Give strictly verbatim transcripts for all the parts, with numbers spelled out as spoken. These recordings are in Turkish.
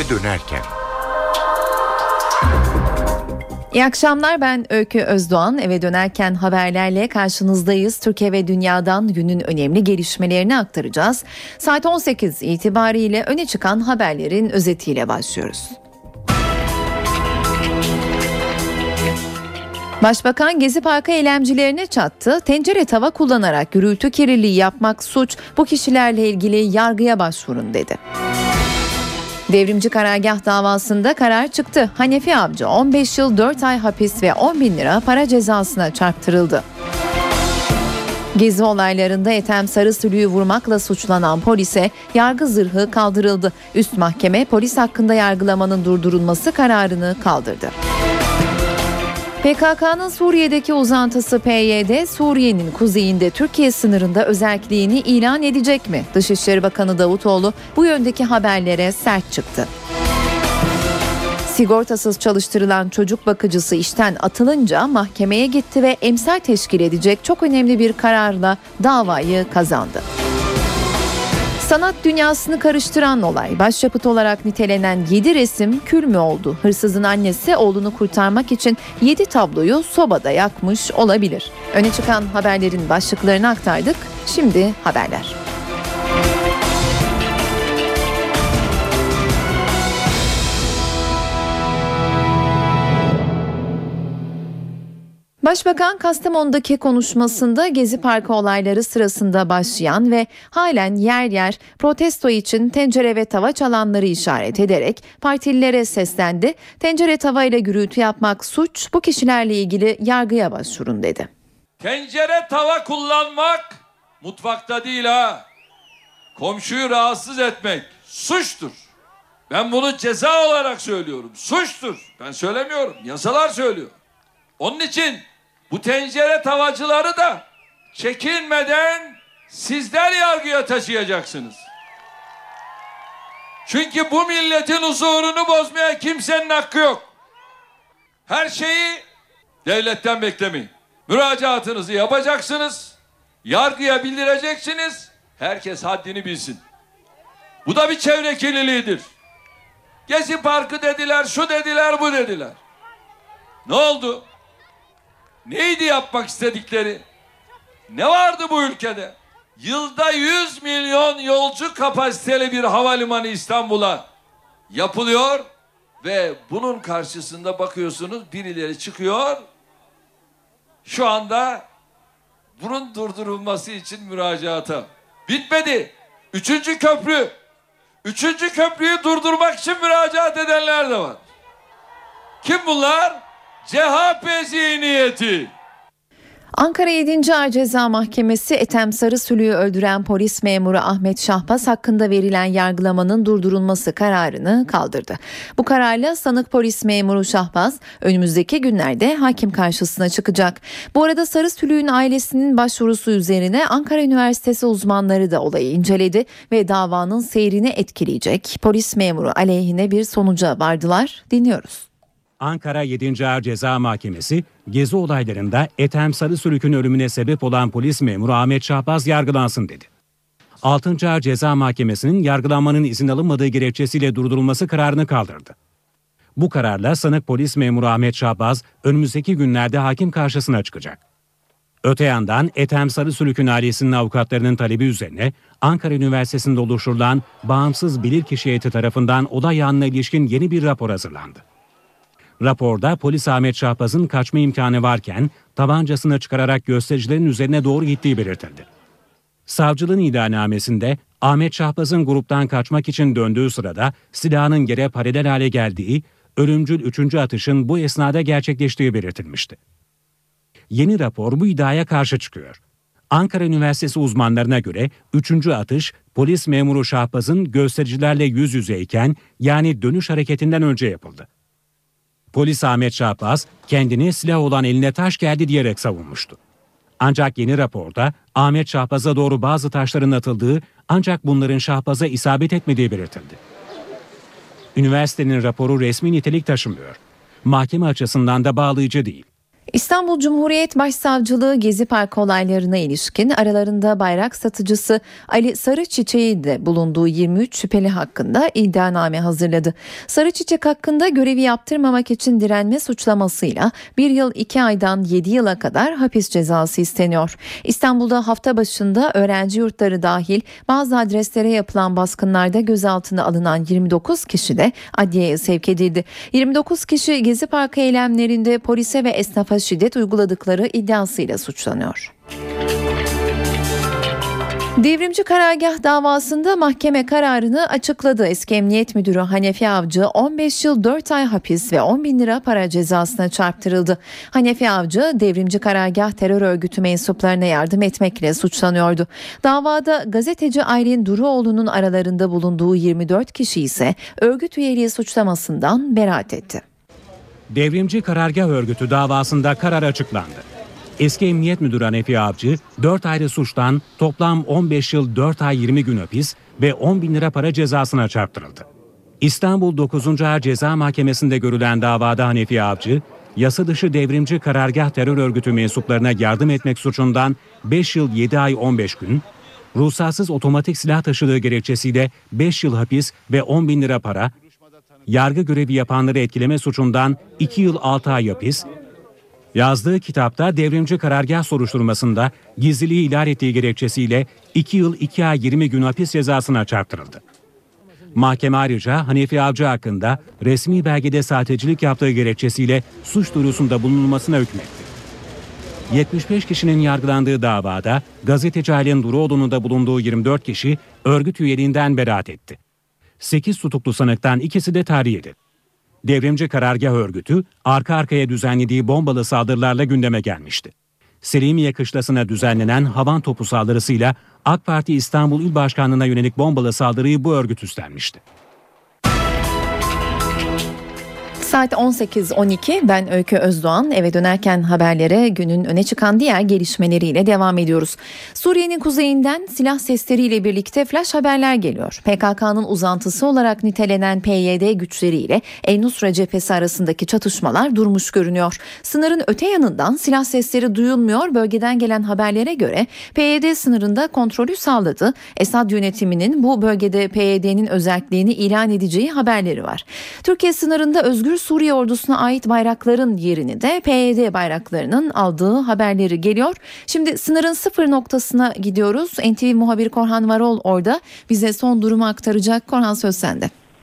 eve dönerken. İyi akşamlar, ben Öykü Özdoğan. Eve dönerken haberlerle karşınızdayız. Türkiye ve dünyadan günün önemli gelişmelerini aktaracağız. Saat on sekiz itibariyle öne çıkan haberlerin özetiyle başlıyoruz. Başbakan Gezi Parkı eylemcilerine çattı. Tencere tava kullanarak gürültü kirliliği yapmak suç. Bu kişilerle ilgili yargıya başvurun dedi. Devrimci karargah davasında karar çıktı. Hanefi Avcı on beş yıl dört ay hapis ve on bin lira para cezasına çarptırıldı. Gezi olaylarında Ethem Sarısülü'yü vurmakla suçlanan polise yargı zırhı kaldırıldı. Üst mahkeme polis hakkında yargılamanın durdurulması kararını kaldırdı. P K K'nın Suriye'deki uzantısı P Y D, Suriye'nin kuzeyinde Türkiye sınırında özerkliğini ilan edecek mi? Dışişleri Bakanı Davutoğlu bu yöndeki haberlere sert çıktı. Sigortasız çalıştırılan çocuk bakıcısı işten atılınca mahkemeye gitti ve emsal teşkil edecek çok önemli bir kararla davayı kazandı. Sanat dünyasını karıştıran olay, başyapıt olarak nitelenen yedi resim kül mü oldu? Hırsızın annesi oğlunu kurtarmak için yedi tabloyu sobada yakmış olabilir. Öne çıkan haberlerin başlıklarını aktardık. Şimdi haberler. Başbakan Kastamonu'daki konuşmasında Gezi Parkı olayları sırasında başlayan ve halen yer yer protesto için tencere ve tava çalanları işaret ederek partililere seslendi. Tencere tavayla gürültü yapmak suç, bu kişilerle ilgili yargıya başvurun dedi. Tencere tava kullanmak mutfakta değil ha. Komşuyu rahatsız etmek suçtur. Ben bunu ceza olarak söylüyorum. Suçtur. Ben söylemiyorum. Yasalar söylüyor. Onun için bu tencere tavacıları da çekinmeden sizler yargıya taşıyacaksınız. Çünkü bu milletin huzurunu bozmaya kimsenin hakkı yok. Her şeyi devletten beklemeyin. Müracaatınızı yapacaksınız, yargıya bildireceksiniz, herkes haddini bilsin. Bu da bir çevre kirliliğidir. Gezi Parkı dediler, şu dediler, bu dediler. Ne oldu? Neydi yapmak istedikleri? Ne vardı bu ülkede? Yılda yüz milyon yolcu kapasiteli bir havalimanı İstanbul'a yapılıyor ve bunun karşısında bakıyorsunuz birileri çıkıyor. Şu anda bunun durdurulması için müracaata. Bitmedi. Üçüncü köprü. Üçüncü köprüyü durdurmak için müracaat edenler de var. Kim bunlar? C H P zihniyeti. Ankara yedinci Ağır Ceza Mahkemesi Ethem Sarısülü'yü öldüren polis memuru Ahmet Şahbaz hakkında verilen yargılamanın durdurulması kararını kaldırdı. Bu kararla sanık polis memuru Şahbaz önümüzdeki günlerde hakim karşısına çıkacak. Bu arada Sarısülü'nün ailesinin başvurusu üzerine Ankara Üniversitesi uzmanları da olayı inceledi ve davanın seyrini etkileyecek polis memuru aleyhine bir sonuca vardılar. Dinliyoruz. Ankara yedinci Ağır Ceza Mahkemesi, Gezi olaylarında Ethem Sarısülük'ün ölümüne sebep olan polis memuru Ahmet Şahbaz yargılansın dedi. altıncı Ağır Ceza Mahkemesi'nin yargılanmanın izin alınmadığı gerekçesiyle durdurulması kararını kaldırdı. Bu kararla sanık polis memuru Ahmet Şahbaz önümüzdeki günlerde hakim karşısına çıkacak. Öte yandan Ethem Sarısülük'ün ailesinin avukatlarının talebi üzerine Ankara Üniversitesi'nde oluşturulan bağımsız bilirkişi heyeti tarafından olay anına ilişkin yeni bir rapor hazırlandı. Raporda polis Ahmet Şahbaz'ın kaçma imkanı varken tabancasını çıkararak göstericilerin üzerine doğru gittiği belirtildi. Savcılığın iddianamesinde Ahmet Şahbaz'ın gruptan kaçmak için döndüğü sırada silahının yere paralel hale geldiği, ölümcül üçüncü atışın bu esnada gerçekleştiği belirtilmişti. Yeni rapor bu iddiaya karşı çıkıyor. Ankara Üniversitesi uzmanlarına göre üçüncü atış polis memuru Şahbaz'ın göstericilerle yüz yüzeyken, yani dönüş hareketinden önce yapıldı. Polis Ahmet Şahbaz kendini silah olan eline taş geldi diyerek savunmuştu. Ancak yeni raporda Ahmet Şahbaz'a doğru bazı taşların atıldığı, ancak bunların Şahbaz'a isabet etmediği belirtildi. Üniversitenin raporu resmi nitelik taşımıyor. Mahkeme açısından da bağlayıcı değil. İstanbul Cumhuriyet Başsavcılığı Gezi Parkı olaylarına ilişkin aralarında bayrak satıcısı Ali Sarıçiçek'in de bulunduğu yirmi üç şüpheli hakkında iddianame hazırladı. Sarıçiçek hakkında görevi yaptırmamak için direnme suçlamasıyla bir yıl iki aydan yedi yıla kadar hapis cezası isteniyor. İstanbul'da hafta başında öğrenci yurtları dahil bazı adreslere yapılan baskınlarda gözaltına alınan yirmi dokuz kişi de adliyeye sevk edildi. yirmi dokuz kişi Gezi Parkı eylemlerinde polise ve esnafa şiddet uyguladıkları iddiasıyla suçlanıyor. Devrimci Karargah davasında mahkeme kararını açıkladı. Eski Emniyet Müdürü Hanefi Avcı on beş yıl dört ay hapis ve on bin lira para cezasına çarptırıldı. Hanefi Avcı, Devrimci Karargah terör örgütü mensuplarına yardım etmekle suçlanıyordu. Davada gazeteci Aylin Duruoğlu'nun aralarında bulunduğu yirmi dört kişi ise örgüt üyeliği suçlamasından beraat etti. Devrimci Karargah Örgütü davasında karar açıklandı. Eski Emniyet Müdürü Hanefi Avcı, dört ayrı suçtan toplam on beş yıl dört ay yirmi gün hapis ve on bin lira para cezasına çarptırıldı. İstanbul dokuzuncu Ağır Ceza Mahkemesi'nde görülen davada Hanefi Avcı, yasa dışı Devrimci Karargah terör örgütü mensuplarına yardım etmek suçundan beş yıl yedi ay on beş gün, ruhsatsız otomatik silah taşıdığı gerekçesiyle beş yıl hapis ve on bin lira para, yargı görevi yapanları etkileme suçundan iki yıl altı ay hapis, yazdığı kitapta Devrimci Karargah soruşturmasında gizliliği ihlal ettiği gerekçesiyle iki yıl iki ay yirmi gün hapis cezasına çarptırıldı. Mahkeme ayrıca Hanefi Avcı hakkında resmi belgede sahtecilik yaptığı gerekçesiyle suç duyurusunda bulunulmasına hükmetti. yetmiş beş kişinin yargılandığı davada gazeteci Aylin Duruoğlu'nun da bulunduğu yirmi dört kişi örgüt üyeliğinden beraat etti. sekiz tutuklu sanıktan ikisi de tahliye edildi. Devrimci Karargah Örgütü arka arkaya düzenlediği bombalı saldırılarla gündeme gelmişti. Selimiye Kışlası'na düzenlenen havan topu saldırısıyla AK Parti İstanbul İl Başkanlığı'na yönelik bombalı saldırıyı bu örgüt üstlenmişti. Saat on sekiz on iki, ben Öykü Özdoğan. Eve dönerken haberlere günün öne çıkan diğer gelişmeleriyle devam ediyoruz. Suriye'nin kuzeyinden silah sesleriyle birlikte flash haberler geliyor. P K K'nın uzantısı olarak nitelenen P Y D güçleriyle El-Nusra cephesi arasındaki çatışmalar durmuş görünüyor. Sınırın öte yanından silah sesleri duyulmuyor. Bölgeden gelen haberlere göre P Y D sınırında kontrolü sağladı. Esad yönetiminin bu bölgede P Y D'nin özelliğini ilan edeceği haberleri var. Türkiye sınırında Özgür Suriye ordusuna ait bayrakların yerini de P Y D bayraklarının aldığı haberleri geliyor. Şimdi sınırın sıfır noktasına gidiyoruz. N T V muhabiri Korhan Varol orada bize son durumu aktaracak. Korhan, söz sende.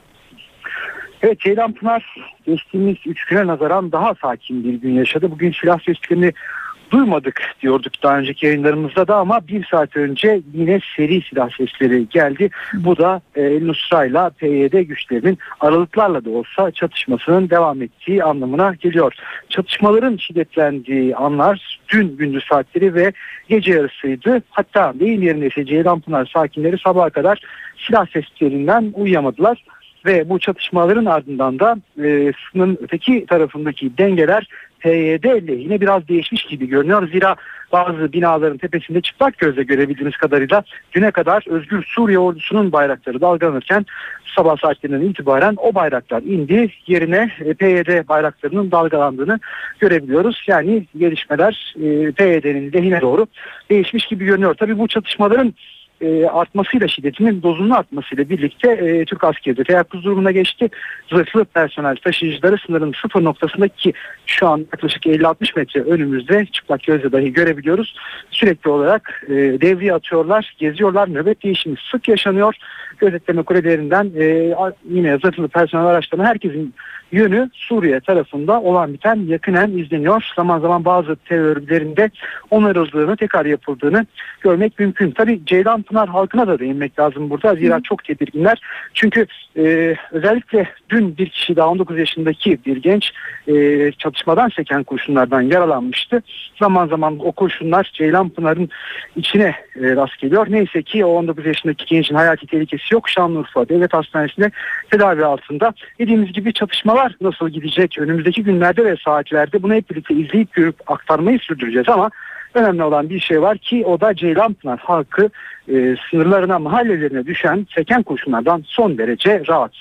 Evet, Ceylanpınar geçtiğimiz üç güne nazaran daha sakin bir gün yaşadı. Bugün silah seslerini duymadık diyorduk daha önceki yayınlarımızda da, ama bir saat önce yine seri silah sesleri geldi. Bu da El-Nusra ile P Y D güçlerinin aralıklarla da olsa çatışmasının devam ettiği anlamına geliyor. Çatışmaların şiddetlendiği anlar dün gündüz saatleri ve gece yarısıydı. Hatta deyim yerine ise Ceylanpınar sakinleri sabaha kadar silah seslerinden uyuyamadılar. Ve bu çatışmaların ardından da e, sınırın öteki tarafındaki dengeler P Y D lehine biraz değişmiş gibi görünüyor. Zira bazı binaların tepesinde çıplak gözle görebildiğimiz kadarıyla düne kadar Özgür Suriye ordusunun bayrakları dalgalanırken sabah saatlerinden itibaren o bayraklar indi. Yerine e, P Y D bayraklarının dalgalandığını görebiliyoruz. Yani gelişmeler e, P Y D'nin lehine doğru değişmiş gibi görünüyor. Tabii bu çatışmaların E, artmasıyla, şiddetinin dozunun artmasıyla birlikte e, Türk askeri de teyakkuz durumuna geçti. Zırhlı personel taşıyıcıları sınırın sıfır noktasındaki şu an yaklaşık elli altmış metre önümüzde çıplak gözle dahi görebiliyoruz. Sürekli olarak e, devriye atıyorlar, geziyorlar. Nöbet değişimi sık yaşanıyor. Gözetleme kulelerinden e, yine zırhlı personel araçlarının herkesin yönü Suriye tarafında olan biten yakinen izleniyor. Zaman zaman bazı terör örgütlerinde onarıldığını, tekrar yapıldığını görmek mümkün. Tabii Ceylanpınar halkına da değinmek lazım burada. Zira çok tedirginler. Çünkü e, özellikle dün bir kişi daha on dokuz yaşındaki bir genç e, çatışmadan seken kurşunlardan yaralanmıştı. Zaman zaman o kurşunlar Ceylanpınar'ın içine e, rast geliyor. Neyse ki o on dokuz yaşındaki gencin hayati tehlikesi yok. Şanlıurfa Devlet Hastanesi'nde tedavi altında. Dediğimiz gibi çatışmalar nasıl gidecek önümüzdeki günlerde ve saatlerde bunu hep birlikte izleyip görüp aktarmayı sürdüreceğiz, ama önemli olan bir şey var ki o da Ceylanpınar halkı e, sınırlarına, mahallelerine düşen seken kurşunlardan son derece rahatsız.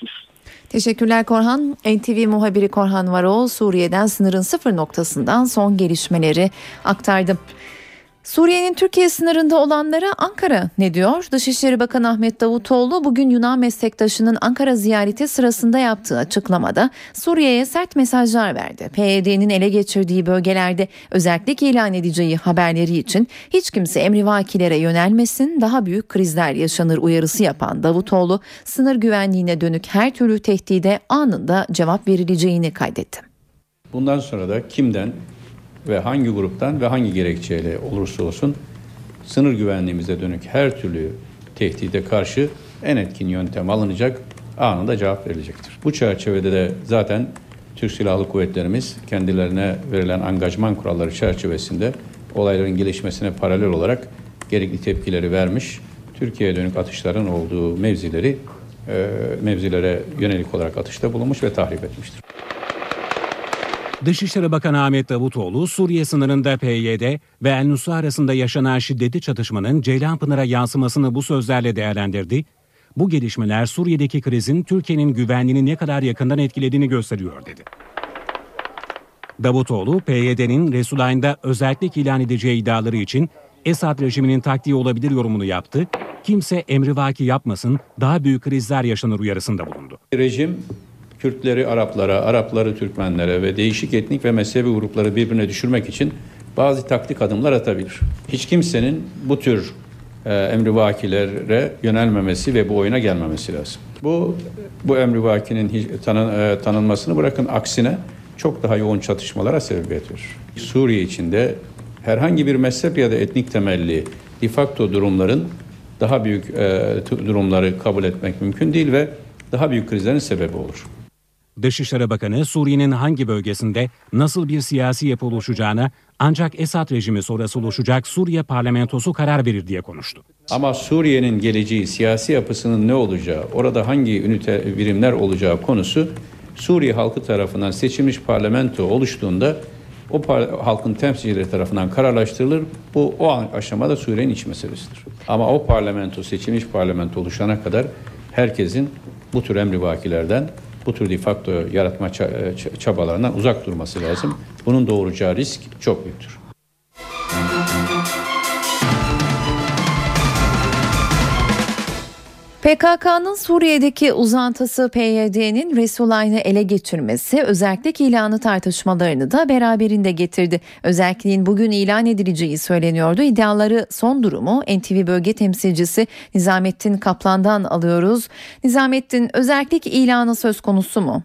Teşekkürler Korhan. N T V muhabiri Korhan Varol Suriye'den sınırın sıfır noktasından son gelişmeleri aktardı. Suriye'nin Türkiye sınırında olanlara Ankara ne diyor? Dışişleri Bakanı Ahmet Davutoğlu bugün Yunan meslektaşının Ankara ziyareti sırasında yaptığı açıklamada Suriye'ye sert mesajlar verdi. P Y D'nin ele geçirdiği bölgelerde özellik ilan edeceği haberleri için hiç kimse emrivakilere yönelmesin, daha büyük krizler yaşanır uyarısı yapan Davutoğlu, sınır güvenliğine dönük her türlü tehdide anında cevap verileceğini kaydetti. Bundan sonra da kimden ve hangi gruptan ve hangi gerekçeyle olursa olsun sınır güvenliğimize dönük her türlü tehdide karşı en etkin yöntem alınacak, anında cevap verilecektir. Bu çerçevede de zaten Türk Silahlı Kuvvetlerimiz kendilerine verilen angajman kuralları çerçevesinde olayların gelişmesine paralel olarak gerekli tepkileri vermiş, Türkiye'ye dönük atışların olduğu mevzileri e, mevzilere yönelik olarak atışta bulunmuş ve tahrip etmiştir. Dışişleri Bakanı Ahmet Davutoğlu, Suriye sınırında P Y D ve El-Nusra arasında yaşanan şiddetli çatışmanın Ceylanpınar'a yansımasını bu sözlerle değerlendirdi. Bu gelişmeler Suriye'deki krizin Türkiye'nin güvenliğini ne kadar yakından etkilediğini gösteriyor dedi. Davutoğlu, P Y D'nin Resulayn'da özellik ilan edeceği iddiaları için Esad rejiminin taktiği olabilir yorumunu yaptı. Kimse emrivaki yapmasın, daha büyük krizler yaşanır uyarısında bulundu. Rejim Kürtleri Araplara, Arapları Türkmenlere ve değişik etnik ve mezhebi grupları birbirine düşürmek için bazı taktik adımlar atabilir. Hiç kimsenin bu tür e, emrivakilere yönelmemesi ve bu oyuna gelmemesi lazım. Bu bu emrivakinin hiç, tanın, e, tanınmasını bırakın, aksine çok daha yoğun çatışmalara sebebiyet verir. Suriye içinde herhangi bir mezhep ya da etnik temelli de facto durumların daha büyük e, durumları kabul etmek mümkün değil ve daha büyük krizlerin sebebi olur. Dışişleri Bakanı, Suriye'nin hangi bölgesinde nasıl bir siyasi yapı oluşacağına ancak Esad rejimi sonrası oluşacak Suriye parlamentosu karar verir diye konuştu. Ama Suriye'nin geleceği, siyasi yapısının ne olacağı, orada hangi ünite birimler olacağı konusu Suriye halkı tarafından seçilmiş parlamento oluştuğunda o halkın temsilcileri tarafından kararlaştırılır. Bu o aşamada Suriye'nin iç meselesidir. Ama o parlamento, seçilmiş parlamento oluşana kadar herkesin bu tür emrivakilerden, bu tür de facto yaratma çabalarından uzak durması lazım. Bunun doğuracağı risk çok büyüktür. P K K'nın Suriye'deki uzantısı P Y D'nin Resulayn'ı ele geçirmesi özellik ilanı tartışmalarını da beraberinde getirdi. Özelliğin bugün ilan edileceği söyleniyordu. İddiaları, son durumu N T V bölge temsilcisi Nizamettin Kaplan'dan alıyoruz. Nizamettin, özellik ilanı söz konusu mu?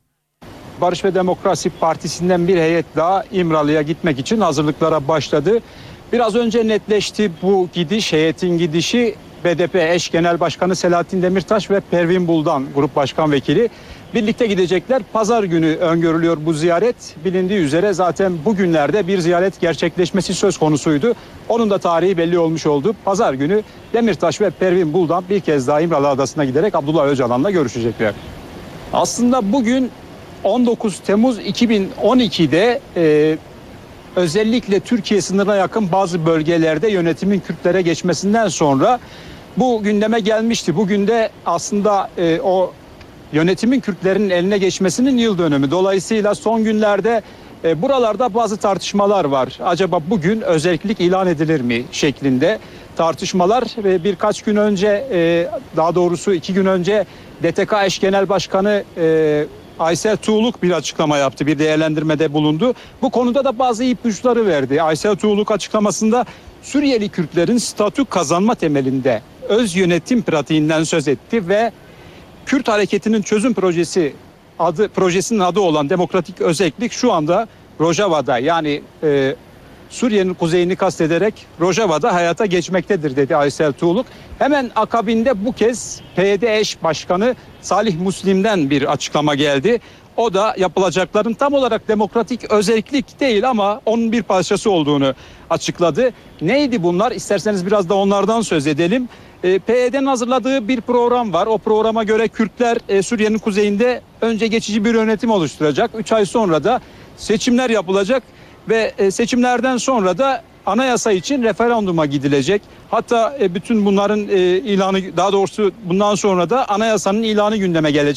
Barış ve Demokrasi Partisi'nden bir heyet daha İmralı'ya gitmek için hazırlıklara başladı. Biraz önce netleşti bu gidiş, heyetin gidişi. B D P eş genel başkanı Selahattin Demirtaş ve Pervin Buldan grup başkan vekili birlikte gidecekler. Pazar günü öngörülüyor bu ziyaret. Bilindiği üzere zaten bugünlerde bir ziyaret gerçekleşmesi söz konusuydu. Onun da tarihi belli olmuş oldu. Pazar günü Demirtaş ve Pervin Buldan bir kez daha İmralı Adası'na giderek Abdullah Öcalan'la görüşecekler. Aslında bugün on dokuz Temmuz iki bin on iki'de e, özellikle Türkiye sınırına yakın bazı bölgelerde yönetimin Kürtlere geçmesinden sonra bu gündeme gelmişti. Bugün de aslında e, o yönetimin Kürtlerin eline geçmesinin yıl dönümü. Dolayısıyla son günlerde e, buralarda bazı tartışmalar var. Acaba bugün özellik ilan edilir mi şeklinde tartışmalar ve birkaç gün önce, e, daha doğrusu iki gün önce D T K eş genel başkanı e, Aysel Tuğluk bir açıklama yaptı, bir değerlendirmede bulundu. Bu konuda da bazı ipuçları verdi. Aysel Tuğluk açıklamasında Suriyeli Kürtlerin statü kazanma temelinde öz yönetim pratiğinden söz etti ve Kürt hareketinin çözüm projesi adı projesinin adı olan Demokratik Özellik şu anda Rojava'da, yani e, Suriye'nin kuzeyini kastederek Rojava'da hayata geçmektedir dedi Aysel Tuğluk. Hemen akabinde bu kez P Y D eş başkanı Salih Müslim'den bir açıklama geldi. O da yapılacakların tam olarak demokratik özellik değil ama onun bir parçası olduğunu açıkladı. Neydi bunlar? İsterseniz biraz da onlardan söz edelim. E, P Y D'nin hazırladığı bir program var. O programa göre Kürtler e, Suriye'nin kuzeyinde önce geçici bir yönetim oluşturacak. üç ay sonra da seçimler yapılacak ve e, seçimlerden sonra da anayasa için referanduma gidilecek. Hatta e, bütün bunların e, ilanı, daha doğrusu bundan sonra da anayasanın ilanı gündeme gelecek.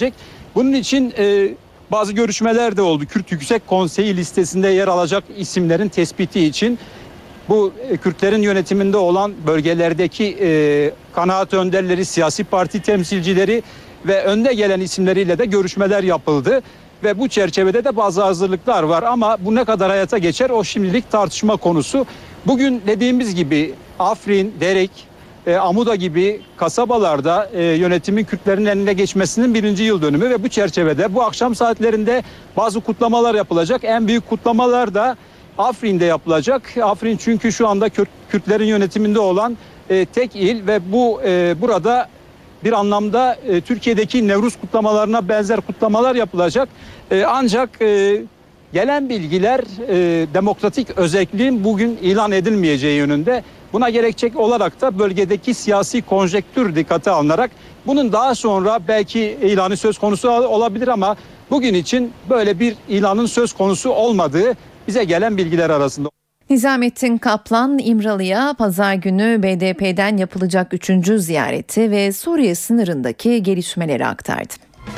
Bunun için e, bazı görüşmeler de oldu. Kürt Yüksek Konseyi listesinde yer alacak isimlerin tespiti için. Bu e, Kürtlerin yönetiminde olan bölgelerdeki e, kanaat önderleri, siyasi parti temsilcileri ve önde gelen isimleriyle de görüşmeler yapıldı. Ve bu çerçevede de bazı hazırlıklar var ama bu ne kadar hayata geçer o şimdilik tartışma konusu. Bugün dediğimiz gibi Afrin, Derek, e, Amuda gibi kasabalarda e, yönetimin Kürtlerin eline geçmesinin birinci yıl dönümü ve bu çerçevede bu akşam saatlerinde bazı kutlamalar yapılacak. En büyük kutlamalar da Afrin'de yapılacak. Afrin çünkü şu anda Kürt, Kürtlerin yönetiminde olan e, tek il ve bu e, burada bir anlamda e, Türkiye'deki Nevruz kutlamalarına benzer kutlamalar yapılacak. E, ancak e, gelen bilgiler e, demokratik özelliğin bugün ilan edilmeyeceği yönünde. Buna gerekçe olarak da bölgedeki siyasi konjektür dikkate alınarak bunun daha sonra belki ilanı söz konusu olabilir ama bugün için böyle bir ilanın söz konusu olmadığı bize gelen bilgiler arasında. Nizamettin Kaplan, İmralı'ya pazar günü B D P'den yapılacak üçüncü ziyareti ve Suriye sınırındaki gelişmeleri aktardı.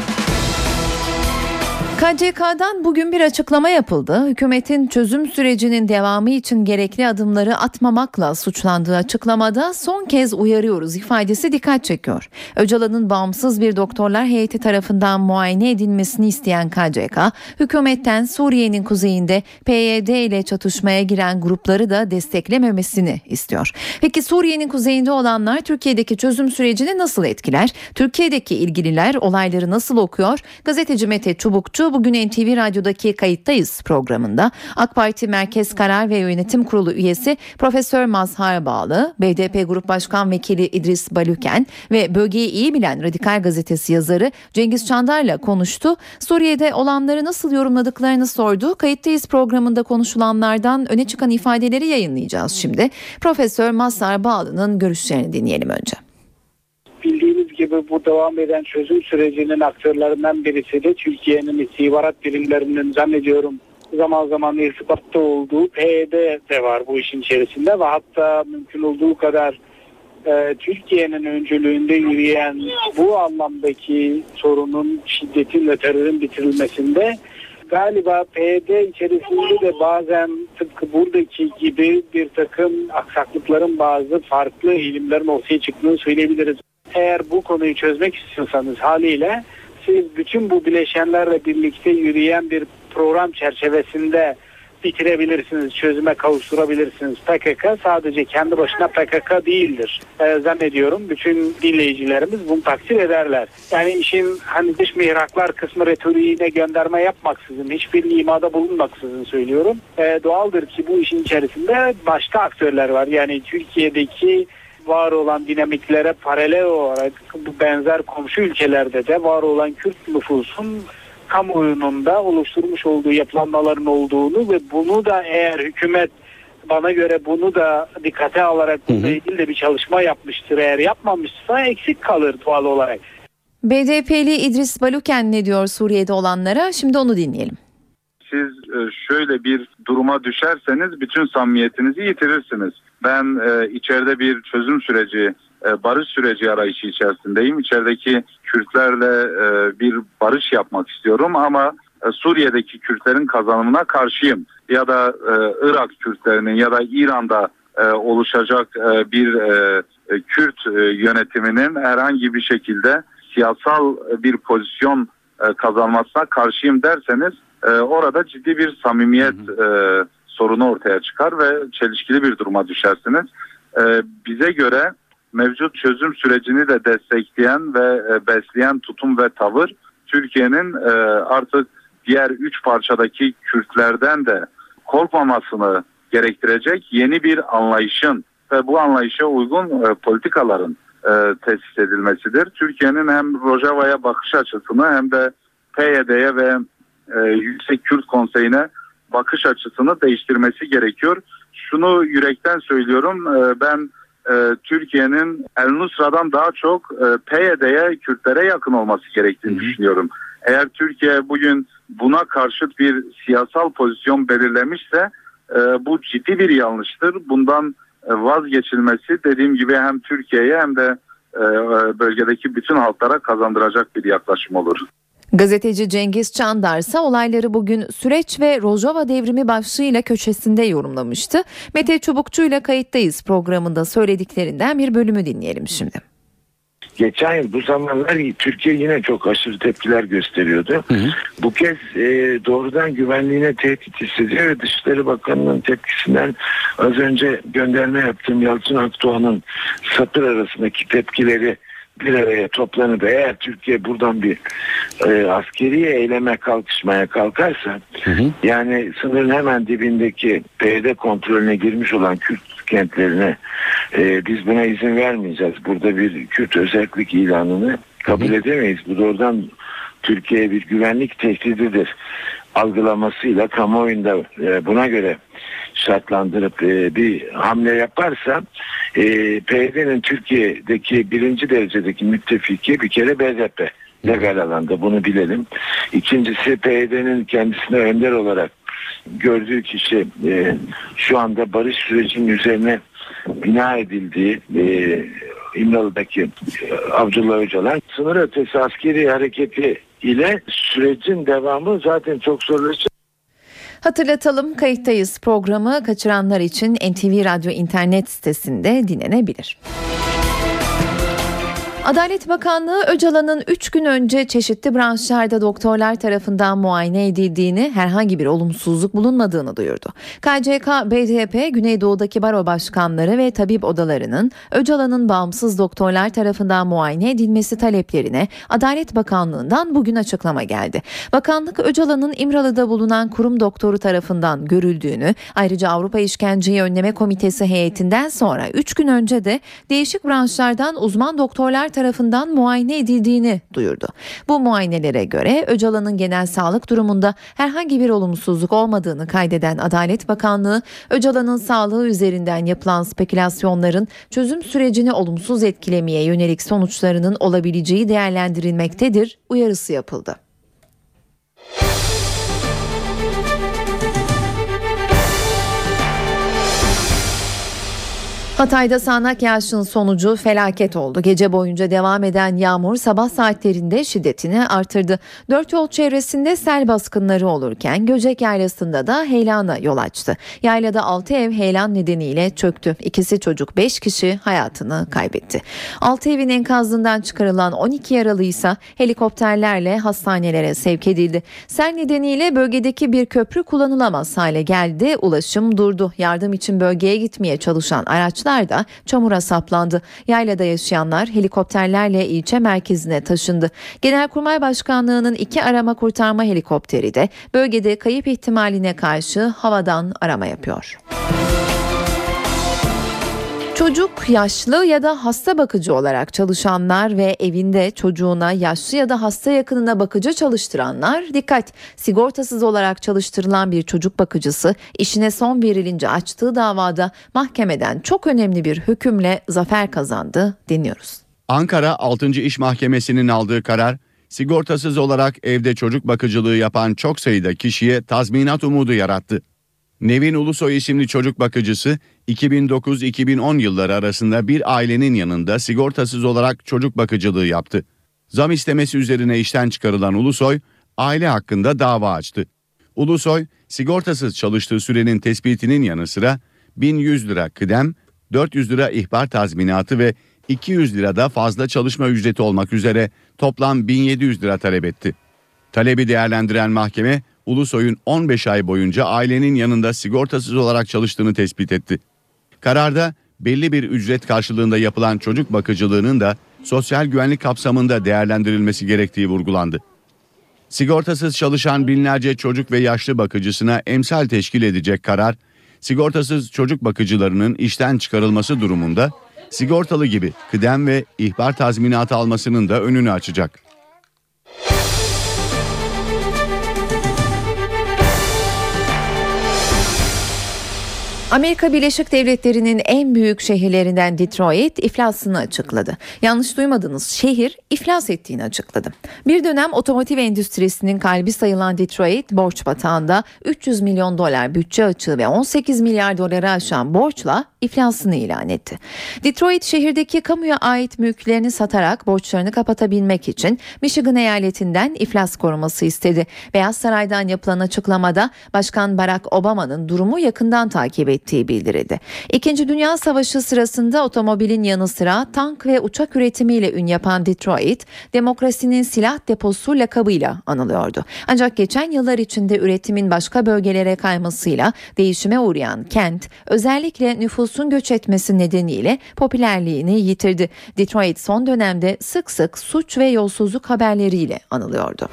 K C K'dan bugün bir açıklama yapıldı. Hükümetin çözüm sürecinin devamı için gerekli adımları atmamakla suçlandığı açıklamada son kez uyarıyoruz ifadesi dikkat çekiyor. Öcalan'ın bağımsız bir doktorlar heyeti tarafından muayene edilmesini isteyen K C K, hükümetten Suriye'nin kuzeyinde P Y D ile çatışmaya giren grupları da desteklememesini istiyor. Peki Suriye'nin kuzeyinde olanlar Türkiye'deki çözüm sürecini nasıl etkiler? Türkiye'deki ilgililer olayları nasıl okuyor? Gazeteci Mete Çubukçu bugün N T V Radyo'daki Kayıttayız programında AK Parti Merkez Karar ve Yönetim Kurulu üyesi Profesör Mazhar Bağlı, B D P Grup Başkan Vekili İdris Balüken ve bölgeyi iyi bilen Radikal Gazetesi yazarı Cengiz Çandar'la konuştu. Suriye'de olanları nasıl yorumladıklarını sordu. Kayıttayız programında konuşulanlardan öne çıkan ifadeleri yayınlayacağız şimdi. Profesör Mazhar Bağlı'nın görüşlerini dinleyelim önce. Bildiğiniz gibi bu devam eden çözüm sürecinin aktörlerinden birisi de Türkiye'nin istihbarat birimlerinin zannediyorum zaman zaman irtibatta olduğu P Y D de var bu işin içerisinde ve hatta mümkün olduğu kadar e, Türkiye'nin öncülüğünde yürüyen bu anlamdaki sorunun şiddetin ve terörün bitirilmesinde galiba P Y D içerisinde de bazen tıpkı buradaki gibi bir takım aksaklıkların bazı farklı eğilimlerin ortaya çıktığını söyleyebiliriz. Eğer bu konuyu çözmek istiyorsanız haliyle siz bütün bu bileşenlerle birlikte yürüyen bir program çerçevesinde bitirebilirsiniz, çözüme kavuşturabilirsiniz. P K K sadece kendi başına P K K değildir. Ee, zannediyorum bütün dinleyicilerimiz bunu takdir ederler. Yani işin hani dış mihraklar kısmı retoriğine gönderme yapmaksızın, hiçbir imada bulunmaksızın söylüyorum. Ee, doğaldır ki bu işin içerisinde başka aktörler var. Yani Türkiye'deki var olan dinamiklere paralel olarak bu benzer komşu ülkelerde de var olan Kürt nüfusun kamuoyunun da oluşturmuş olduğu yapılanmaların olduğunu ve bunu da eğer hükümet bana göre bunu da dikkate alarak bununla ilgili de bir çalışma yapmıştır. Eğer yapmamışsa eksik kalır doğal olarak. B D P'li İdris Balüken ne diyor Suriye'de olanlara? Şimdi onu dinleyelim. Siz şöyle bir duruma düşerseniz bütün samimiyetinizi yitirirsiniz. Ben e, içeride bir çözüm süreci, e, barış süreci arayışı içerisindeyim. İçerideki Kürtlerle e, bir barış yapmak istiyorum ama e, Suriye'deki Kürtlerin kazanımına karşıyım. Ya da e, Irak Kürtlerinin ya da İran'da e, oluşacak e, bir e, Kürt e, yönetiminin herhangi bir şekilde siyasal bir pozisyon e, kazanmasına karşıyım derseniz e, orada ciddi bir samimiyet e, sorunu ortaya çıkar ve çelişkili bir duruma düşersiniz. E, bize göre mevcut çözüm sürecini de destekleyen ve e, besleyen tutum ve tavır Türkiye'nin e, artık diğer üç parçadaki Kürtlerden de korkmamasını gerektirecek yeni bir anlayışın ve bu anlayışa uygun e, politikaların e, tesis edilmesidir. Türkiye'nin hem Rojava'ya bakış açısını hem de P Y D'ye ve e, Yüksek Kürt Konseyi'ne bakış açısını değiştirmesi gerekiyor. Şunu yürekten söylüyorum, e, ben e, Türkiye'nin El Nusra'dan daha çok e, P Y D'ye, Kürtlere yakın olması gerektiğini Hı-hı. düşünüyorum. Eğer Türkiye bugün buna karşıt bir siyasal pozisyon belirlemişse e, bu ciddi bir yanlıştır. Bundan e, vazgeçilmesi dediğim gibi hem Türkiye'ye hem de e, bölgedeki bütün halklara kazandıracak bir yaklaşım olur. Gazeteci Cengiz Çandar ise olayları bugün süreç ve Rojava devrimi başlığıyla köşesinde yorumlamıştı. Mete Çubukçu ile Kayıttayız programında söylediklerinden bir bölümü dinleyelim şimdi. Geçen yıl bu zamanlar Türkiye yine çok aşırı tepkiler gösteriyordu. Hı hı. Bu kez e, doğrudan güvenliğine tehdit hissediyor ve Dışişleri Bakanı'nın tepkisinden az önce gönderme yaptığım Yalçın Akdoğan'ın satır arasındaki tepkileri bir araya toplanıp eğer Türkiye buradan bir e, askeri eyleme kalkışmaya kalkarsa, hı hı. yani sınırın hemen dibindeki P Y D kontrolüne girmiş olan Kürt kentlerine e, biz buna izin vermeyeceğiz. Burada bir Kürt özellik ilanını kabul hı hı. edemeyiz. Bu doğrudan Türkiye'ye bir güvenlik tehdididir algılamasıyla kamuoyunda e, buna göre şartlandırıp e, bir hamle yaparsa e, P Y D'nin Türkiye'deki birinci derecedeki müttefiki bir kere B D P legal alanda, bunu bilelim. İkincisi P Y D'nin kendisine önder olarak gördüğü kişi e, şu anda barış sürecinin üzerine bina edildiği e, İmralı'daki e, Abdullah Öcalan sınır ötesi askeri hareketi ile sürecin devamı zaten çok zorlaşacak. Hatırlatalım, Kayıttayız programı kaçıranlar için N T V Radyo internet sitesinde dinlenebilir. Adalet Bakanlığı Öcalan'ın üç gün önce çeşitli branşlarda doktorlar tarafından muayene edildiğini, herhangi bir olumsuzluk bulunmadığını duyurdu. K C K B D P Güneydoğu'daki baro başkanları ve tabip odalarının Öcalan'ın bağımsız doktorlar tarafından muayene edilmesi taleplerine Adalet Bakanlığı'ndan bugün açıklama geldi. Bakanlık Öcalan'ın İmralı'da bulunan kurum doktoru tarafından görüldüğünü, ayrıca Avrupa İşkenceyi Önleme Komitesi heyetinden sonra üç gün önce de değişik branşlardan uzman doktorlar tarafından muayene edildiğini duyurdu. Bu muayenelere göre Öcalan'ın genel sağlık durumunda herhangi bir olumsuzluk olmadığını kaydeden Adalet Bakanlığı, Öcalan'ın sağlığı üzerinden yapılan spekülasyonların çözüm sürecini olumsuz etkilemeye yönelik sonuçlarının olabileceği değerlendirilmektedir uyarısı yapıldı. Hatay'da sağanak yağışın sonucu felaket oldu. Gece boyunca devam eden yağmur sabah saatlerinde şiddetini artırdı. Dört yol çevresinde sel baskınları olurken Göcek Yaylası'nda da heyelana yol açtı. Yaylada altı ev heyelan nedeniyle çöktü. İkisi çocuk, beş kişi hayatını kaybetti. Altı evin enkazından çıkarılan on iki yaralı ise helikopterlerle hastanelere sevk edildi. Sel nedeniyle bölgedeki bir köprü kullanılamaz hale geldi. Ulaşım durdu. Yardım için bölgeye gitmeye çalışan araçlar da çamura saplandı. Yaylada yaşayanlar helikopterlerle ilçe merkezine taşındı. Genelkurmay Başkanlığı'nın iki arama kurtarma helikopteri de bölgede kayıp ihtimaline karşı havadan arama yapıyor. Çocuk, yaşlı ya da hasta bakıcı olarak çalışanlar ve evinde çocuğuna yaşlı ya da hasta yakınına bakıcı çalıştıranlar dikkat. Sigortasız olarak çalıştırılan bir çocuk bakıcısı işine son verilince açtığı davada mahkemeden çok önemli bir hükümle zafer kazandı. Dinliyoruz. Ankara altıncı İş Mahkemesi'nin aldığı karar, sigortasız olarak evde çocuk bakıcılığı yapan çok sayıda kişiye tazminat umudu yarattı. Nevin Ulusoy isimli çocuk bakıcısı iki bin dokuz iki bin on yılları arasında bir ailenin yanında sigortasız olarak çocuk bakıcılığı yaptı. Zam istemesi üzerine işten çıkarılan Ulusoy aile hakkında dava açtı. Ulusoy sigortasız çalıştığı sürenin tespitinin yanı sıra bin yüz lira kıdem, dört yüz lira ihbar tazminatı ve iki yüz lira da fazla çalışma ücreti olmak üzere toplam bin yedi yüz lira talep etti. Talebi değerlendiren mahkeme Ulusoy'un on beş ay boyunca ailenin yanında sigortasız olarak çalıştığını tespit etti. Kararda belli bir ücret karşılığında yapılan çocuk bakıcılığının da sosyal güvenlik kapsamında değerlendirilmesi gerektiği vurgulandı. Sigortasız çalışan binlerce çocuk ve yaşlı bakıcısına emsal teşkil edecek karar, sigortasız çocuk bakıcılarının işten çıkarılması durumunda sigortalı gibi kıdem ve ihbar tazminatı almasının da önünü açacak. Amerika Birleşik Devletleri'nin en büyük şehirlerinden Detroit iflasını açıkladı. Yanlış duymadınız, şehir iflas ettiğini açıkladı. Bir dönem otomotiv endüstrisinin kalbi sayılan Detroit borç batağında üç yüz milyon dolar bütçe açığı ve on sekiz milyar doları aşan borçla iflasını ilan etti. Detroit şehirdeki kamuya ait mülklerini satarak borçlarını kapatabilmek için Michigan eyaletinden iflas koruması istedi. Beyaz Saray'dan yapılan açıklamada Başkan Barack Obama'nın durumu yakından takip ettiği bildirildi. İkinci Dünya Savaşı sırasında otomobilin yanı sıra tank ve uçak üretimiyle ün yapan Detroit, demokrasinin silah deposu lakabıyla anılıyordu. Ancak geçen yıllar içinde üretimin başka bölgelere kaymasıyla değişime uğrayan kent, özellikle nüfusun göç etmesi nedeniyle popülerliğini yitirdi. Detroit son dönemde sık sık suç ve yolsuzluk haberleriyle anılıyordu.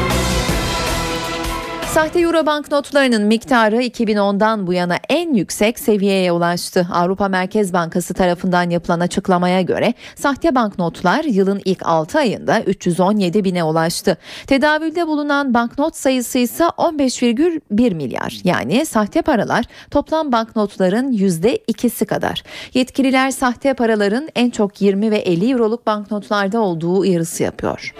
Sahte Euro banknotlarının miktarı iki bin ondan bu yana en yüksek seviyeye ulaştı. Avrupa Merkez Bankası tarafından yapılan açıklamaya göre sahte banknotlar yılın ilk altı ayında üç yüz on yedi bine ulaştı. Tedavülde bulunan banknot sayısı ise on beş virgül bir milyar. Yani sahte paralar toplam banknotların yüzde ikisi kadar. Yetkililer sahte paraların en çok yirmi ve elli euroluk banknotlarda olduğu uyarısı yapıyor.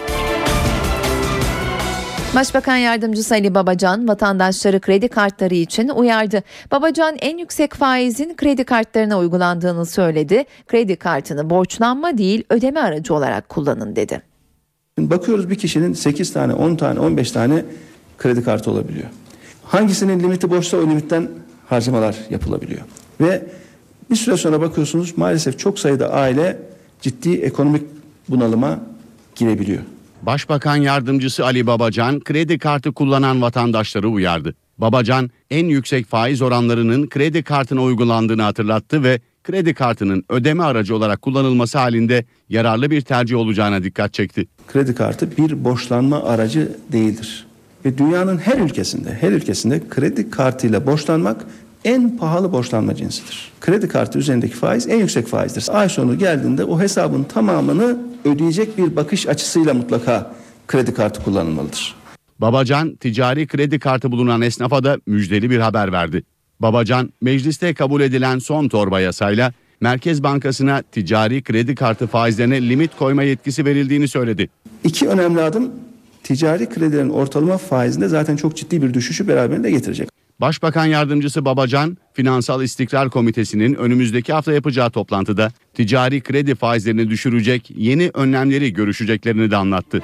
Başbakan Yardımcısı Ali Babacan vatandaşları kredi kartları için uyardı. Babacan en yüksek faizin kredi kartlarına uygulandığını söyledi. Kredi kartını borçlanma değil ödeme aracı olarak kullanın dedi. Bakıyoruz bir kişinin sekiz tane, on tane, on beş tane kredi kartı olabiliyor. Hangisinin limiti boşsa o limitten harcamalar yapılabiliyor. Ve bir süre sonra bakıyorsunuz maalesef çok sayıda aile ciddi ekonomik bunalıma girebiliyor. Başbakan Yardımcısı Ali Babacan kredi kartı kullanan vatandaşları uyardı. Babacan en yüksek faiz oranlarının kredi kartına uygulandığını hatırlattı ve kredi kartının ödeme aracı olarak kullanılması halinde yararlı bir tercih olacağına dikkat çekti. Kredi kartı bir borçlanma aracı değildir. Ve dünyanın her ülkesinde, her ülkesinde kredi kartıyla borçlanmak en pahalı borçlanma cinsidir. Kredi kartı üzerindeki faiz en yüksek faizdir. Ay sonu geldiğinde o hesabın tamamını ödeyecek bir bakış açısıyla mutlaka kredi kartı kullanılmalıdır. Babacan ticari kredi kartı bulunan esnafa da müjdeli bir haber verdi. Babacan mecliste kabul edilen son torba yasayla Merkez Bankası'na ticari kredi kartı faizlerine limit koyma yetkisi verildiğini söyledi. İki önemli adım ticari kredilerin ortalama faizinde zaten çok ciddi bir düşüşü beraberinde getirecek. Başbakan Yardımcısı Babacan, Finansal İstikrar Komitesi'nin önümüzdeki hafta yapacağı toplantıda ticari kredi faizlerini düşürecek yeni önlemleri görüşeceklerini de anlattı.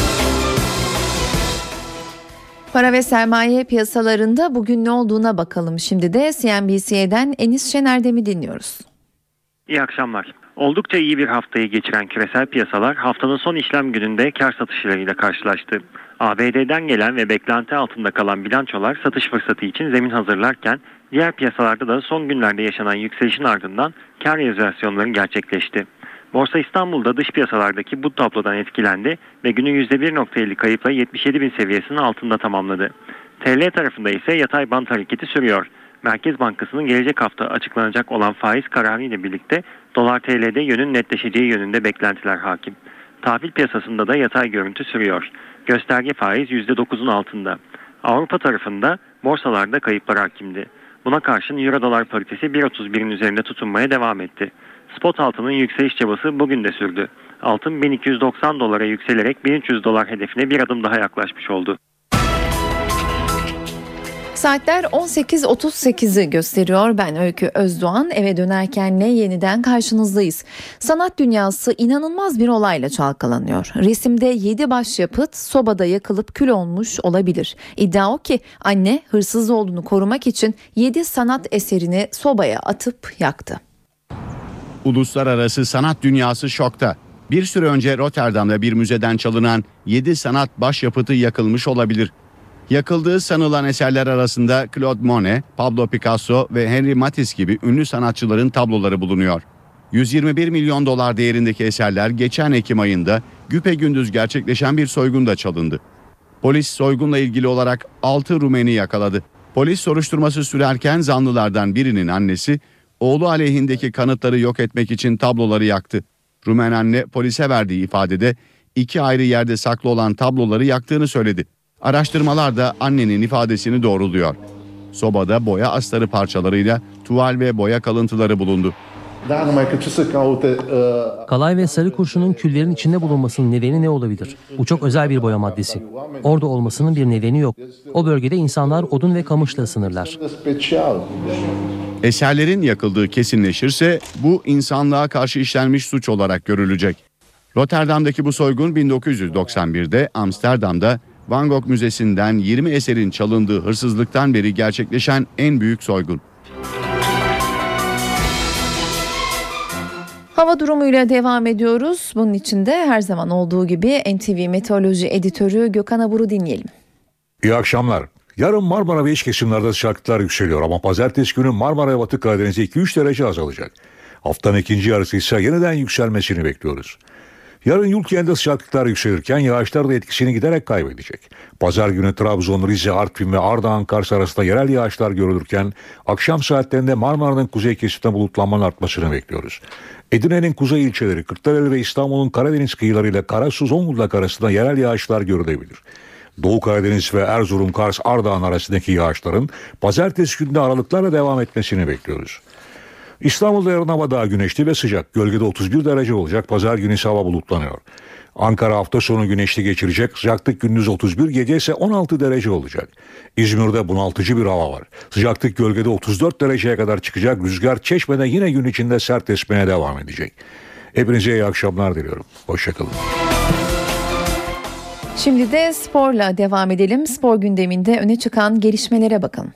Para ve sermaye piyasalarında bugün ne olduğuna bakalım. Şimdi de C N B C'den Enis Şener'dem'i dinliyoruz. İyi akşamlar. Oldukça iyi bir haftayı geçiren küresel piyasalar haftanın son işlem gününde kar satışlarıyla karşılaştı. A B D'den gelen ve beklenti altında kalan bilançolar satış fırsatı için zemin hazırlarken diğer piyasalarda da son günlerde yaşanan yükselişin ardından kar realizasyonları gerçekleşti. Borsa İstanbul'da dış piyasalardaki bu tablodan etkilendi ve günü yüzde bir virgül elli kayıpla yetmiş yedi bin seviyesinin altında tamamladı. T L tarafında ise yatay bant hareketi sürüyor. Merkez Bankası'nın gelecek hafta açıklanacak olan faiz kararı ile birlikte dolar T L'de yönün netleşeceği yönünde beklentiler hakim. Tahvil piyasasında da yatay görüntü sürüyor. Gösterge faiz yüzde dokuzun altında. Avrupa tarafında borsalarda kayıplar hakimdi. Buna karşın Euro dolar paritesi bir otuz birin üzerinde tutunmaya devam etti. Spot altının yükseliş çabası bugün de sürdü. Altın bin iki yüz doksan dolara yükselerek bin üç yüz dolar hedefine bir adım daha yaklaşmış oldu. Saatler on sekiz otuz sekizi gösteriyor. Ben Öykü Özdoğan. Eve dönerken ne yeniden karşınızdayız. Sanat dünyası inanılmaz bir olayla çalkalanıyor. Resimde yedi başyapıt sobada yakılıp kül olmuş olabilir. İddia o ki anne hırsız olduğunu korumak için yedi sanat eserini sobaya atıp yaktı. Uluslararası sanat dünyası şokta. Bir süre önce Rotterdam'da bir müzeden çalınan yedi sanat başyapıtı yakılmış olabilir. Yakıldığı sanılan eserler arasında Claude Monet, Pablo Picasso ve Henri Matisse gibi ünlü sanatçıların tabloları bulunuyor. yüz yirmi bir milyon dolar değerindeki eserler geçen Ekim ayında güpegündüz gerçekleşen bir soygunda çalındı. Polis soygunla ilgili olarak altı Rumeni yakaladı. Polis soruşturması sürerken zanlılardan birinin annesi oğlu aleyhindeki kanıtları yok etmek için tabloları yaktı. Rumen anne polise verdiği ifadede iki ayrı yerde saklı olan tabloları yaktığını söyledi. Araştırmalar da annenin ifadesini doğruluyor. Sobada boya astarı parçalarıyla tuval ve boya kalıntıları bulundu. Kalay ve sarı kurşunun küllerin içinde bulunmasının nedeni ne olabilir? Bu çok özel bir boya maddesi. Orada olmasının bir nedeni yok. O bölgede insanlar odun ve kamışla ısınırlar. Eserlerin yakıldığı kesinleşirse bu insanlığa karşı işlenmiş suç olarak görülecek. Rotterdam'daki bu soygun bin dokuz yüz doksan birde Amsterdam'da Van Gogh Müzesi'nden yirmi eserin çalındığı hırsızlıktan beri gerçekleşen en büyük soygun. Hava durumuyla devam ediyoruz. Bunun için de her zaman olduğu gibi N T V Meteoroloji Editörü Gökhan Abur'u dinleyelim. İyi akşamlar. Yarın Marmara ve iç kesimlerde sıcaklıklar yükseliyor ama pazartesi günü Marmara ve Batı Karadeniz'de iki üç derece azalacak. Haftanın ikinci yarısı ise yeniden yükselmesini bekliyoruz. Yarın Yulken'de sıcaklıklar yükselirken yağışlar da etkisini giderek kaybedecek. Pazar günü Trabzon, Rize, Artvin ve Ardahan, Kars arasında yerel yağışlar görülürken akşam saatlerinde Marmara'nın kuzey kesiminde bulutlanmanın artmasını bekliyoruz. Edirne'nin kuzey ilçeleri, Kırklareli ve İstanbul'un Karadeniz kıyılarıyla Karasu, Zonguldak arasında yerel yağışlar görülebilir. Doğu Karadeniz ve Erzurum, Kars, Ardahan arasındaki yağışların pazartesi günü aralıklarla devam etmesini bekliyoruz. İstanbul'da yarın hava daha güneşli ve sıcak. Gölgede otuz bir derece olacak. Pazar günü ise hava bulutlanıyor. Ankara hafta sonu güneşli geçirecek. Sıcaklık gündüz otuz bir, gece ise on altı derece olacak. İzmir'de bunaltıcı bir hava var. Sıcaklık gölgede otuz dört dereceye kadar çıkacak. Rüzgar Çeşme'de yine gün içinde sert esmeye devam edecek. Hepinize iyi akşamlar diliyorum. Hoşçakalın. Şimdi de sporla devam edelim. Spor gündeminde öne çıkan gelişmelere bakalım.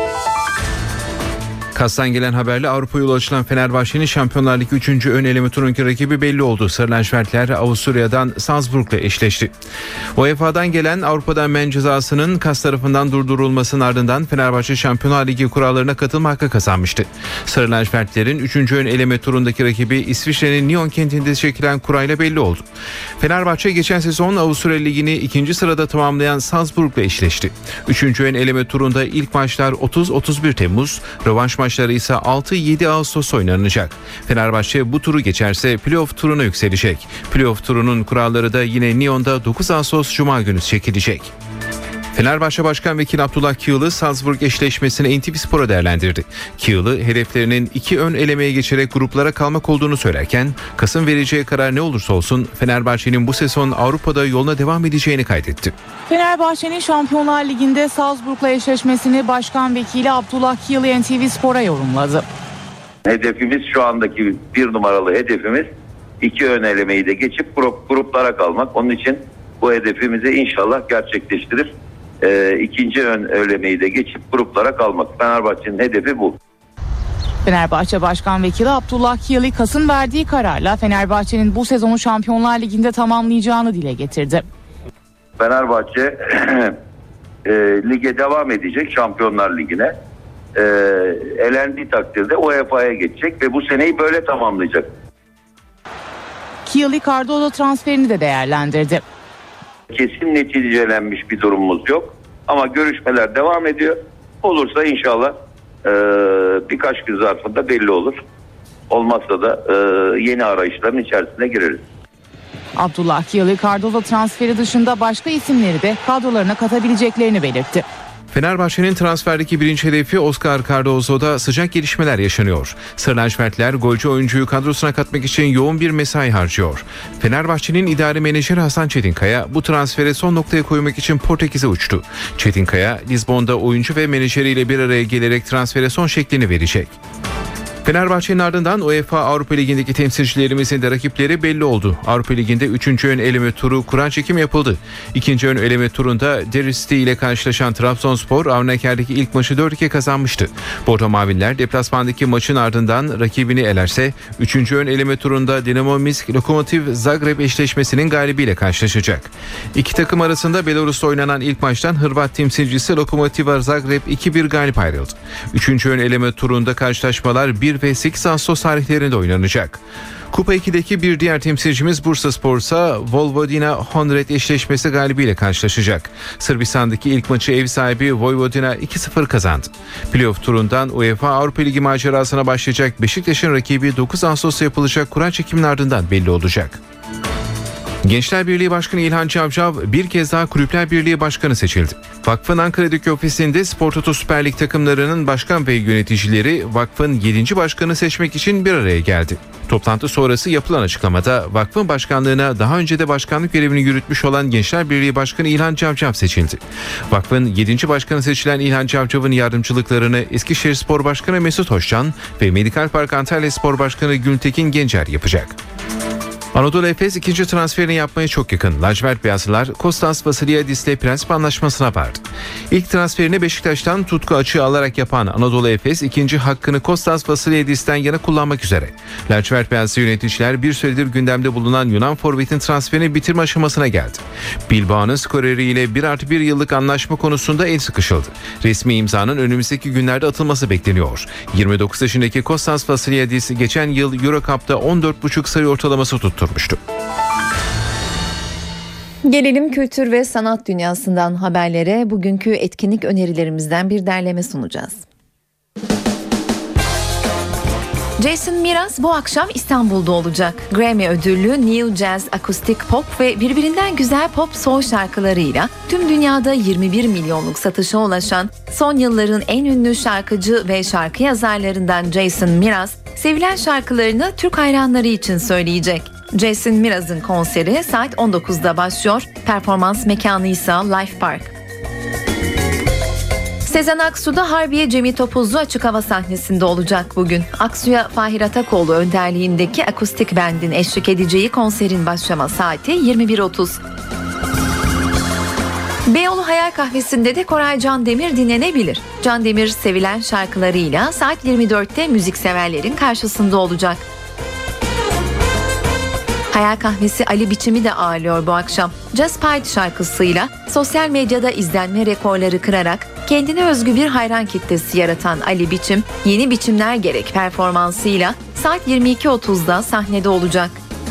Kas'tan gelen haberle Avrupa'ya yol açılan Fenerbahçe'nin Şampiyonlar Ligi üçüncü ön eleme turundaki rakibi belli oldu. Sarı lacivertler Avusturya'dan Salzburg'la eşleşti. U E F A'dan gelen Avrupa'dan men cezasının Kas tarafından durdurulmasının ardından Fenerbahçe Şampiyonlar Ligi kurallarına katılma hakkı kazanmıştı. Sarı lacivertlerin üçüncü ön eleme turundaki rakibi İsviçre'nin Nyon kentinde çekilen kurayla belli oldu. Fenerbahçe geçen sezon Avusturya Ligi'ni ikinci sırada tamamlayan Salzburg'la eşleşti. üçüncü ön eleme turunda ilk maçlar otuz otuz bir Temmuz, rövanş maçları ise altı yedi Ağustos oynanacak. Fenerbahçe bu turu geçerse playoff turuna yükselecek. Playoff turunun kuralları da yine Nyon'da dokuz Ağustos Cuma günü çekilecek. Fenerbahçe Başkan Vekili Abdullah Kiyılı Salzburg eşleşmesini N T V Spor'a değerlendirdi. Kiyılı hedeflerinin iki ön elemeye geçerek gruplara kalmak olduğunu söylerken Kas'ın vereceği karar ne olursa olsun Fenerbahçe'nin bu sezon Avrupa'da yoluna devam edeceğini kaydetti. Fenerbahçe'nin Şampiyonlar Ligi'nde Salzburg'la eşleşmesini Başkan Vekili Abdullah Kiyılı N T V Spor'a yorumladı. Hedefimiz, şu andaki bir numaralı hedefimiz iki ön elemeyi de geçip grup, gruplara kalmak. Onun için bu hedefimizi inşallah gerçekleştirir. Ee, ikinci ön elemeyi de geçip gruplara kalmak. Fenerbahçe'nin hedefi bu. Fenerbahçe Başkan Vekili Abdullah Kiyılı Kas'ın verdiği kararla Fenerbahçe'nin bu sezonu Şampiyonlar Ligi'nde tamamlayacağını dile getirdi. Fenerbahçe e, lige devam edecek, Şampiyonlar Ligi'ne. E, elendiği takdirde U E F A'ya geçecek ve bu seneyi böyle tamamlayacak. Kiyılı Cardozo transferini de değerlendirdi. Kesin neticelenmiş bir durumumuz yok ama görüşmeler devam ediyor. Olursa inşallah e, birkaç gün zarfında belli olur. Olmazsa da e, yeni arayışların içerisine gireriz. Abdullah Kiyılı Cardozo transferi dışında başka isimleri de kadrolarına katabileceklerini belirtti. Fenerbahçe'nin transferdeki birinci hedefi Oscar Cardozo'da sıcak gelişmeler yaşanıyor. Sarı lacivertler golcü oyuncuyu kadrosuna katmak için yoğun bir mesai harcıyor. Fenerbahçe'nin idari menajeri Hasan Çetinkaya bu transfere son noktaya koymak için Portekiz'e uçtu. Çetinkaya, Lizbon'da oyuncu ve menajeriyle bir araya gelerek transfere son şeklini verecek. Fenerbahçe'nin ardından UEFA Avrupa Ligi'ndeki temsilcilerimizin de rakipleri belli oldu. Avrupa Ligi'nde üçüncü ön eleme turu kura çekim yapıldı. İkinci ön eleme turunda Deresti ile karşılaşan Trabzonspor Avnaker'deki ilk maçı dört iki kazanmıştı. Bordo Maviller deplasmandaki maçın ardından rakibini elerse üçüncü ön eleme turunda Dinamo Minsk Lokomotiv Zagreb eşleşmesinin galibiyle karşılaşacak. İki takım arasında Belarus'ta oynanan ilk maçtan Hırvat temsilcisi Lokomotiv Zagreb iki bir galip ayrıldı. Üçüncü ön eleme turunda karşılaşmalar bir ve sekiz Ağustos tarihlerinde oynanacak. Kupa ikideki bir diğer temsilcimiz Bursaspor'sa Vojvodina Honred eşleşmesi galibiyle karşılaşacak. Sırbistan'daki ilk maçı ev sahibi Vojvodina iki sıfır kazandı. Playoff turundan UEFA Avrupa Ligi macerasına başlayacak Beşiktaş'ın rakibi dokuz Ağustos'ta yapılacak kura çekiminin ardından belli olacak. Gençler Birliği Başkanı İlhan Cavcav bir kez daha Kulüpler Birliği Başkanı seçildi. Vakfın Ankara'daki ofisinde Spor Toto Süper Lig takımlarının başkan ve yöneticileri vakfın yedinci başkanı seçmek için bir araya geldi. Toplantı sonrası yapılan açıklamada vakfın başkanlığına daha önce de başkanlık görevini yürütmüş olan Gençler Birliği Başkanı İlhan Cavcav seçildi. Vakfın yedinci başkanı seçilen İlhan Cavcav'ın yardımcılıklarını Eskişehir Spor Başkanı Mesut Hoşcan ve Medikal Park Antalya Spor Başkanı Gültekin Gencer yapacak. Anadolu Efes ikinci transferini yapmaya çok yakın. Lacivert Beyazlılar Kostas Vasiliadis ile prensip anlaşmasına vardı. İlk transferini Beşiktaş'tan tutku açığı alarak yapan Anadolu Efes ikinci hakkını Kostas Vasiliadis'ten yana kullanmak üzere. Lacivert Beyazlı yöneticiler bir süredir gündemde bulunan Yunan forvetin transferini bitirme aşamasına geldi. Bilbao'nun skoreriyle bir artı bir yıllık anlaşma konusunda el sıkışıldı. Resmi imzanın önümüzdeki günlerde atılması bekleniyor. yirmi dokuz yaşındaki Kostas Vasiliadis geçen yıl Euro Cup'ta on dört buçuk sayı ortalaması tuttu. Gelelim kültür ve sanat dünyasından haberlere. Bugünkü etkinlik önerilerimizden bir derleme sunacağız. Jason Mraz bu akşam İstanbul'da olacak. Grammy ödüllü New Jazz akustik pop ve birbirinden güzel pop soul şarkılarıyla tüm dünyada yirmi bir milyonluk satışa ulaşan son yılların en ünlü şarkıcı ve şarkı yazarlarından Jason Mraz, sevilen şarkılarını Türk hayranları için söyleyecek. Jason Mraz'ın konseri saat on dokuzda başlıyor. Performans mekanı ise Life Park. Sezen Aksu da Harbiye Cemil Topuzlu açık hava sahnesinde olacak bugün. Aksu'ya Fahir Atakoğlu önderliğindeki akustik bandin eşlik edeceği konserin başlama saati yirmi bir otuz. Beyoğlu Hayal Kahvesi'nde de Koray Candemir dinlenebilir. Candemir sevilen şarkılarıyla saat yirmi dörtte müzikseverlerin karşısında olacak. Hayal Kahvesi Ali Biçim'i de ağırlıyor bu akşam. Just Pied şarkısıyla sosyal medyada izlenme rekorları kırarak kendine özgü bir hayran kitlesi yaratan Ali Biçim, Yeni Biçimler Gerek performansıyla saat yirmi iki otuzda sahnede olacak.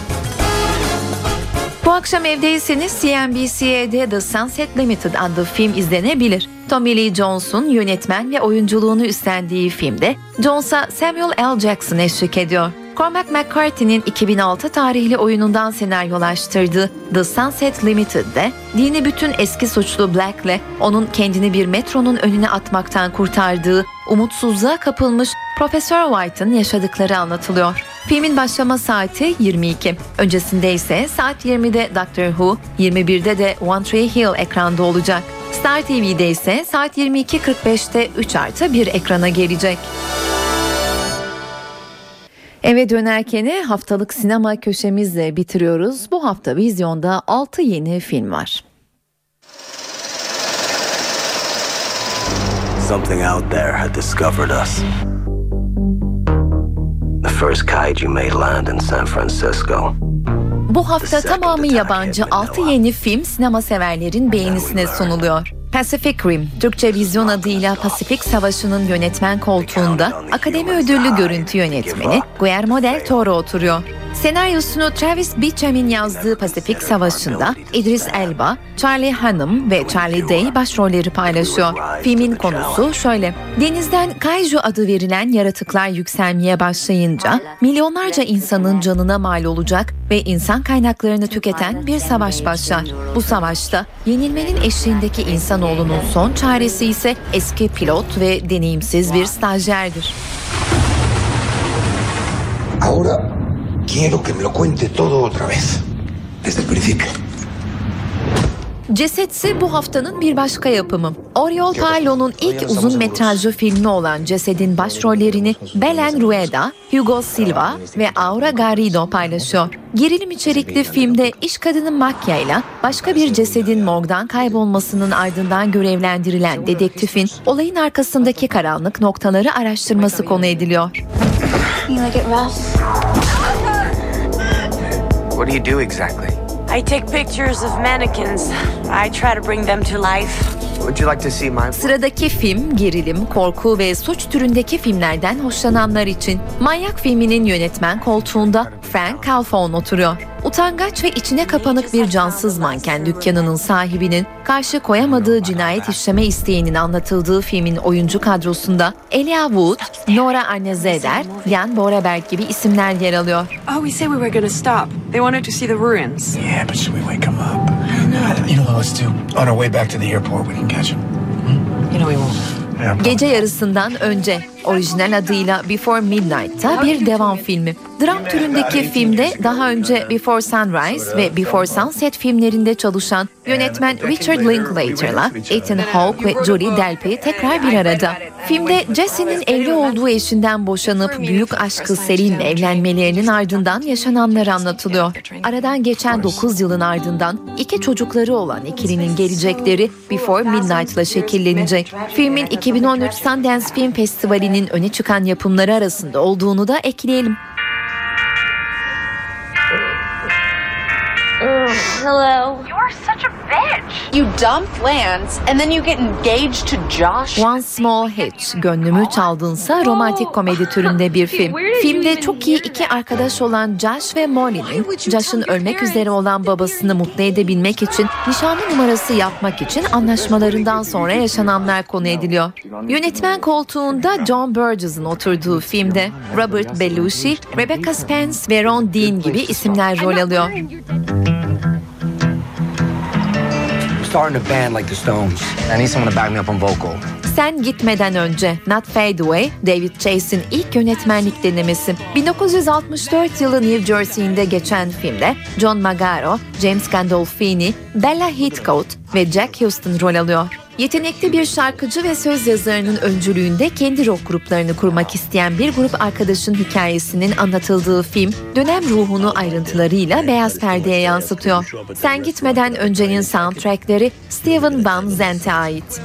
Bu akşam evdeyseniz C N B C'de The Sunset Limited adlı film izlenebilir. Tommy Lee Jones'un yönetmen ve oyunculuğunu üstlendiği filmde Jones'a Samuel L. Jackson eşlik ediyor. Cormac McCarthy'nin iki bin altı tarihli oyunundan senaryolaştırdığı The Sunset Limited'de dini bütün eski suçlu Black'le onun kendini bir metronun önüne atmaktan kurtardığı, umutsuzluğa kapılmış Profesör White'ın yaşadıkları anlatılıyor. Filmin başlama saati yirmi iki. Öncesinde ise saat yirmide Doctor Who, yirmi birde de One Tree Hill ekranda olacak. Star T V'de ise saat yirmi iki kırk beşte üç artı bir ekrana gelecek. Eve dönerken haftalık sinema köşemizle bitiriyoruz. Bu hafta vizyonda altı yeni film var. Something out there had discovered us. The first kaiju may land in San Francisco. Bu hafta tamamı yabancı altı yeni film sinema severlerin beğenisine sunuluyor. Pacific Rim, Türkçe vizyon adıyla Pasifik Savaşı'nın yönetmen koltuğunda Akademi Ödüllü görüntü yönetmeni Guillermo del Toro oturuyor. Senaryosunu Travis Beecham'in yazdığı Pasifik Savaşı'nda İdris Elba, Charlie Hunnam ve Charlie Day başrolleri paylaşıyor. Filmin konusu şöyle: denizden kaiju adı verilen yaratıklar yükselmeye başlayınca milyonlarca insanın canına mal olacak ve insan kaynaklarını tüketen bir savaş başlar. Bu savaşta yenilmenin eşiğindeki insanoğlunun son çaresi ise eski pilot ve deneyimsiz bir stajyerdir. Ahora quiero que me lo cuente todo otra vez, desde el principio. Cesetsi bu haftanın bir başka yapımı. Oriol Paulo'nun ilk uzun metrajlı filmi olan Ceset'in başrollerini Belen Rueda, Hugo Silva ve Aura Garrido paylaşıyor. Gerilim içerikli filmde iş kadını Makia ile başka bir cesedin morgdan kaybolmasının ardından görevlendirilen dedektifin olayın arkasındaki karanlık noktaları araştırması konu ediliyor. What do you do exactly? I take pictures of mannequins. I try to bring them to life. Would you like to see my... Sıradaki film gerilim, korku ve suç türündeki filmlerden hoşlananlar için. Manyak filminin yönetmen koltuğunda Frank Calfon oturuyor. Utangaç ve içine kapanık bir cansız manken dükkanının sahibinin karşı koyamadığı cinayet işleme isteğinin anlatıldığı filmin oyuncu kadrosunda Elijah Wood, Nora Arnezeder, Jan Boraberg gibi isimler yer alıyor. Oh, we said we were going to stop. They wanted to see the ruins. Yeah, but should we wake them up? You know, let's do. On our way back to the airport, we can catch them. You know we won't. Gece yarısından önce, orijinal adıyla Before Midnight'ta bir devam filmi. Dram türündeki filmde daha önce Before Sunrise ve Before Sunset filmlerinde çalışan yönetmen Richard Linklater'la Ethan Hawke ve Julie Delpy tekrar bir arada. Filmde Jesse'nin evli olduğu eşinden boşanıp büyük aşkı Selin'le evlenmelerinin ardından yaşananları anlatılıyor. Aradan geçen dokuz yılın ardından iki çocukları olan ikilinin gelecekleri Before Midnight'la şekillenecek. Filmin iki bin on üç Sundance Film Festivali'nin öne çıkan yapımları arasında olduğunu da ekleyelim. Hello. You are such a bitch. You dump Lance and then you get engaged to Josh. One Small Hitch, Gönlümü Çaldınsa romantik komedi türünde bir film. Filmde çok iyi iki arkadaş olan Josh ve Molly'nin Josh'ın ölmek üzere olan babasını mutlu edebilmek için nişanlı numarası yapmak için anlaşmalarından sonra yaşananlar konu ediliyor. Yönetmen koltuğunda John Burgess'ın oturduğu filmde Robert Belushi, Rebecca Spence ve Ron Dean gibi isimler rol alıyor. Starting a band like the Stones. I need someone to back me up on vocal. Sen Gitmeden Önce, Not Fade Away, David Chase'in ilk yönetmenlik denemesi. bin dokuz yüz altmış dört yılı New Jersey'inde geçen filmde John Magaro, James Gandolfini, Bella Heathcote ve Jack Huston rol alıyor. Yetenekli bir şarkıcı ve söz yazarının öncülüğünde kendi rock gruplarını kurmak isteyen bir grup arkadaşın hikayesinin anlatıldığı film, dönem ruhunu ayrıntılarıyla beyaz perdeye yansıtıyor. Sen Gitmeden Önce'nin soundtrackleri Steven Van Zandt'e ait.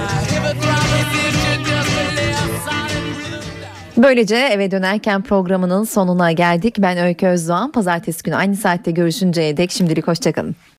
Böylece eve dönerken programının sonuna geldik. Ben Öykü Özdoğan. Pazartesi günü aynı saatte görüşünceye dek şimdilik hoşçakalın.